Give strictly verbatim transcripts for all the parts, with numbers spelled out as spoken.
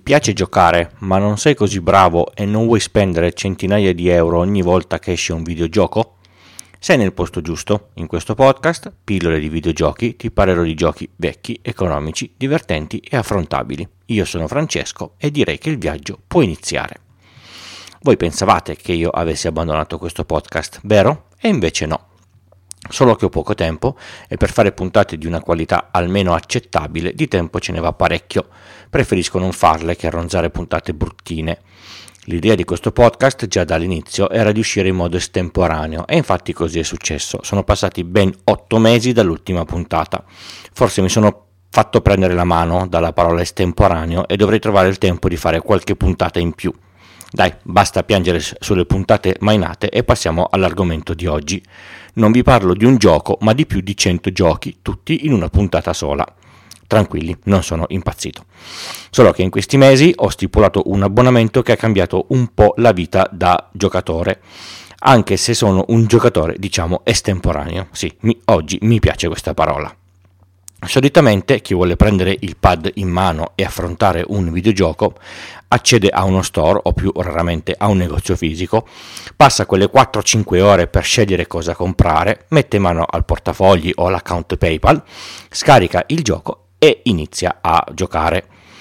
piace giocare, ma non sei così bravo e non vuoi spendere centinaia di euro ogni volta che esce un videogioco? Sei nel posto giusto. In questo podcast, pillole di videogiochi, ti parlerò di giochi vecchi, economici, divertenti e affrontabili. Io sono Francesco e direi che il viaggio può iniziare. Voi pensavate che io avessi abbandonato questo podcast, vero? E invece no. Solo che ho poco tempo e per fare puntate di una qualità almeno accettabile di tempo ce ne va parecchio. Preferisco non farle che ronzare puntate bruttine. L'idea di questo podcast già dall'inizio era di uscire in modo estemporaneo e infatti così è successo. Sono passati ben otto mesi dall'ultima puntata. Forse mi sono fatto prendere la mano dalla parola estemporaneo e dovrei trovare il tempo di fare qualche puntata in più. Dai, basta piangere sulle puntate mai nate e passiamo all'argomento di oggi. Non vi parlo di un gioco, ma di più di cento giochi, tutti in una puntata sola. Tranquilli, non sono impazzito. Solo che in questi mesi ho stipulato un abbonamento che ha cambiato un po' la vita da giocatore, anche se sono un giocatore, diciamo, estemporaneo. Sì, mi, oggi mi piace questa parola. Solitamente chi vuole prendere il pad in mano e affrontare un videogioco accede a uno store o più raramente a un negozio fisico, passa quelle quattro cinque ore per scegliere cosa comprare, mette mano al portafogli o all'account PayPal, scarica il gioco e inizia a giocare.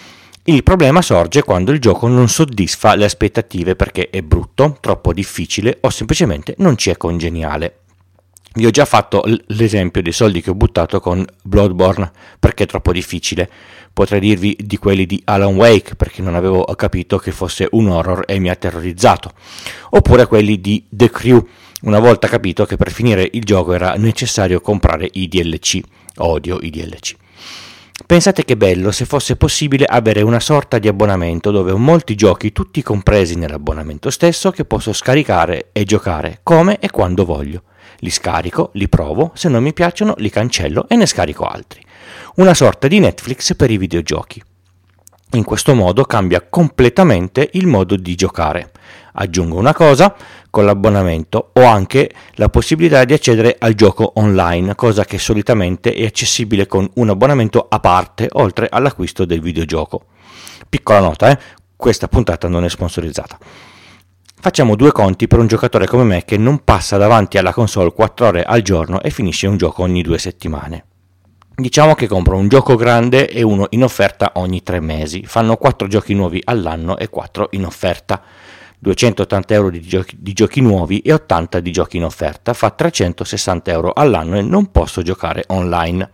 Il problema sorge quando il gioco non soddisfa le aspettative perché è brutto, troppo difficile o semplicemente non ci è congeniale. Vi ho già fatto l'esempio dei soldi che ho buttato con Bloodborne perché è troppo difficile. Potrei dirvi di quelli di Alan Wake perché non avevo capito che fosse un horror e mi ha terrorizzato. Oppure quelli di The Crew. Una volta capito che per finire il gioco era necessario comprare i D L C. Odio i D L C. Pensate che bello se fosse possibile avere una sorta di abbonamento dove ho molti giochi tutti compresi nell'abbonamento stesso che posso scaricare e giocare come e quando voglio. Li scarico, li provo, se non mi piacciono li cancello e ne scarico altri. Una sorta di Netflix per i videogiochi. In questo modo cambia completamente il modo di giocare. Aggiungo una cosa, con l'abbonamento ho anche la possibilità di accedere al gioco online, cosa che solitamente è accessibile con un abbonamento a parte, oltre all'acquisto del videogioco. Piccola nota, eh? Questa puntata non è sponsorizzata. Facciamo due conti per un giocatore come me che non passa davanti alla console quattro ore al giorno e finisce un gioco ogni due settimane. Diciamo che compro un gioco grande e uno in offerta ogni tre mesi. Fanno quattro giochi nuovi all'anno e quattro in offerta. duecentottanta euro di giochi, di giochi nuovi e ottanta di giochi in offerta. Fa trecentosessanta euro all'anno e non posso giocare online.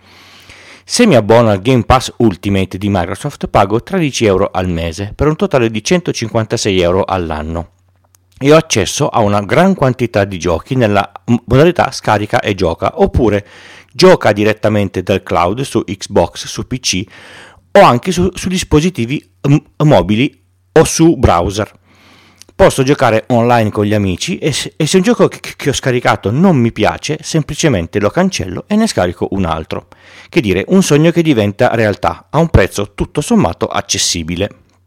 Se mi abbono al Game Pass Ultimate di Microsoft pago tredici euro al mese per un totale di centocinquantasei euro all'anno. E ho accesso a una gran quantità di giochi nella modalità scarica e gioca, oppure gioca direttamente dal cloud su Xbox, su P C o anche su, su dispositivi m- mobili o su browser. Posso giocare online con gli amici e se, e se un gioco che, che ho scaricato non mi piace, semplicemente lo cancello e ne scarico un altro. Che dire, un sogno che diventa realtà a un prezzo tutto sommato accessibile.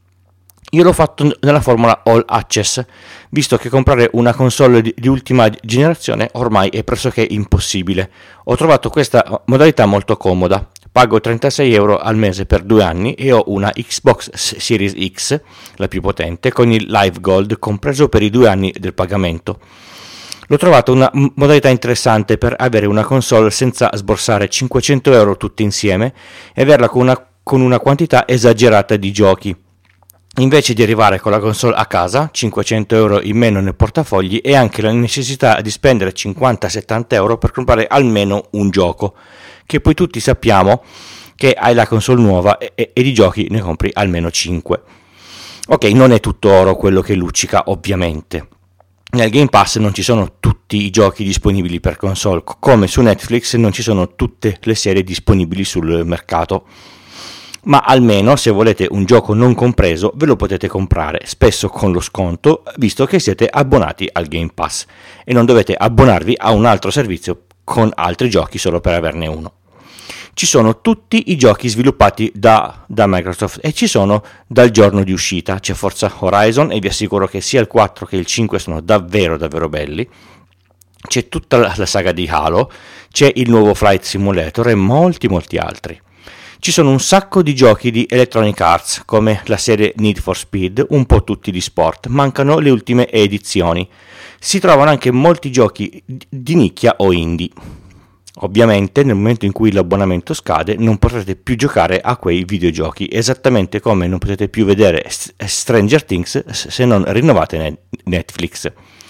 Io l'ho fatto nella formula All Access, visto che comprare una console di, di ultima generazione ormai è pressoché impossibile. Ho trovato questa modalità molto comoda. Pago trentasei euro al mese per due anni e ho una Xbox Series X, la più potente, con il Live Gold compreso per i due anni del pagamento. L'ho trovato una modalità interessante per avere una console senza sborsare cinquecento euro tutte insieme e averla con una, con una quantità esagerata di giochi. Invece di arrivare con la console a casa, cinquecento euro in meno nel portafogli e anche la necessità di spendere cinquanta settanta euro per comprare almeno un gioco, che poi tutti sappiamo che hai la console nuova e, e, e di giochi ne compri almeno cinque. Ok, non è tutto oro quello che luccica, ovviamente. Nel Game Pass non ci sono tutti i giochi disponibili per console, come su Netflix non ci sono tutte le serie disponibili sul mercato. Ma almeno se volete un gioco non compreso ve lo potete comprare, spesso con lo sconto, visto che siete abbonati al Game Pass e non dovete abbonarvi a un altro servizio con altri giochi solo per averne uno. Ci sono tutti i giochi sviluppati da, da Microsoft e ci sono dal giorno di uscita. C'è Forza Horizon e vi assicuro che sia il quattro che il cinque sono davvero davvero belli. C'è tutta la, la saga di Halo, c'è il nuovo Flight Simulator e molti molti altri. Ci sono un sacco di giochi di Electronic Arts, come la serie Need for Speed, un po' tutti di sport, mancano le ultime edizioni. Si trovano anche molti giochi di nicchia o indie. Ovviamente nel momento in cui l'abbonamento scade non potrete più giocare a quei videogiochi, esattamente come non potete più vedere Stranger Things se non rinnovate Netflix.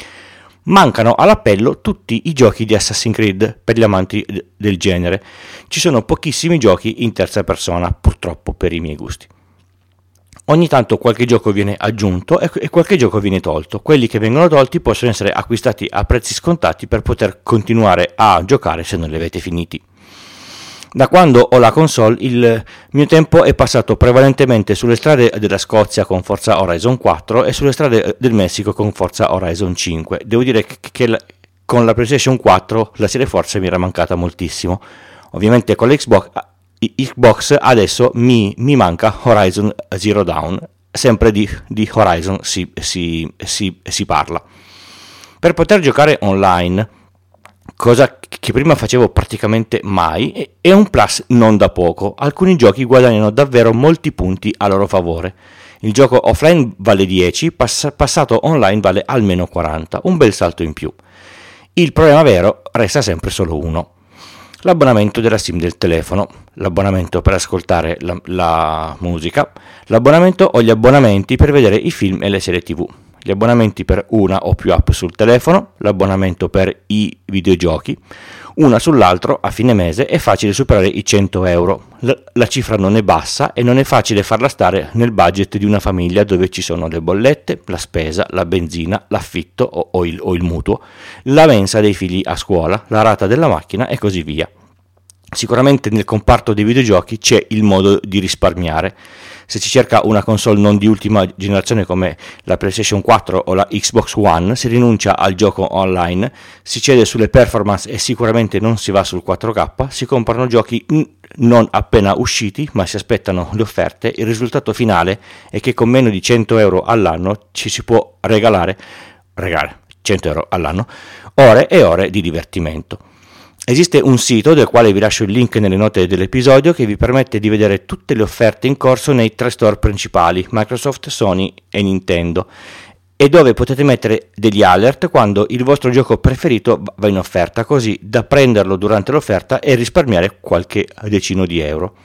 Mancano all'appello tutti i giochi di Assassin's Creed per gli amanti del genere. Ci sono pochissimi giochi in terza persona, purtroppo per i miei gusti. Ogni tanto qualche gioco viene aggiunto e qualche gioco viene tolto. Quelli che vengono tolti possono essere acquistati a prezzi scontati per poter continuare a giocare se non li avete finiti. Da quando ho la console il mio tempo è passato prevalentemente sulle strade della Scozia con Forza Horizon quattro e sulle strade del Messico con Forza Horizon cinque. Devo dire che la, con la PlayStation quattro la serie Forza mi era mancata moltissimo. Ovviamente con l'Xbox Xbox adesso mi, mi manca Horizon Zero Dawn, sempre di, di Horizon si, si, si, si parla. Per poter giocare online, cosa che prima facevo praticamente mai, è un plus non da poco. Alcuni giochi guadagnano davvero molti punti a loro favore. Il gioco offline vale dieci, pass- passato online vale almeno quaranta, un bel salto in più. Il problema vero resta sempre solo uno: l'abbonamento della SIM del telefono, l'abbonamento per ascoltare la, la musica, l'abbonamento o gli abbonamenti per vedere i film e le serie tv, gli abbonamenti per una o più app sul telefono, l'abbonamento per i videogiochi, una sull'altro a fine mese è facile superare i cento euro. La, la cifra non è bassa e non è facile farla stare nel budget di una famiglia dove ci sono le bollette, la spesa, la benzina, l'affitto o, o, il, o il mutuo, la mensa dei figli a scuola, la rata della macchina e così via. Sicuramente nel comparto dei videogiochi c'è il modo di risparmiare. Se si cerca una console non di ultima generazione come la PlayStation quattro o la Xbox One, si rinuncia al gioco online, si cede sulle performance e sicuramente non si va sul quattro K, si comprano giochi non appena usciti ma si aspettano le offerte. Il risultato finale è che con meno di cento euro all'anno ci si può regalare, regalare cento euro all'anno, ore e ore di divertimento. Esiste un sito del quale vi lascio il link nelle note dell'episodio che vi permette di vedere tutte le offerte in corso nei tre store principali, Microsoft, Sony e Nintendo, e dove potete mettere degli alert quando il vostro gioco preferito va in offerta, così da prenderlo durante l'offerta e risparmiare qualche decino di euro.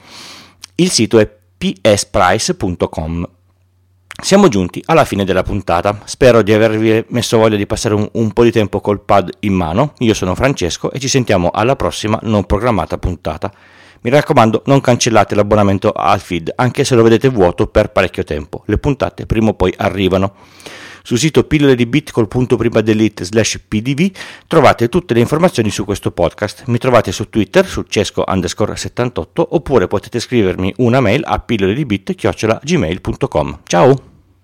Il sito è p s price punto com. Siamo giunti alla fine della puntata, spero di avervi messo voglia di passare un, un po' di tempo col pad in mano. Io sono Francesco e ci sentiamo alla prossima non programmata puntata. Mi raccomando, non cancellate l'abbonamento al feed, anche se lo vedete vuoto per parecchio tempo, le puntate prima o poi arrivano. Sul sito pillole di bit col punto prima delete slash pdv trovate tutte le informazioni su questo podcast. Mi trovate su Twitter su cesco underscore settantotto oppure potete scrivermi una mail a pillole di bit chiocciola gmail punto com. Ciao!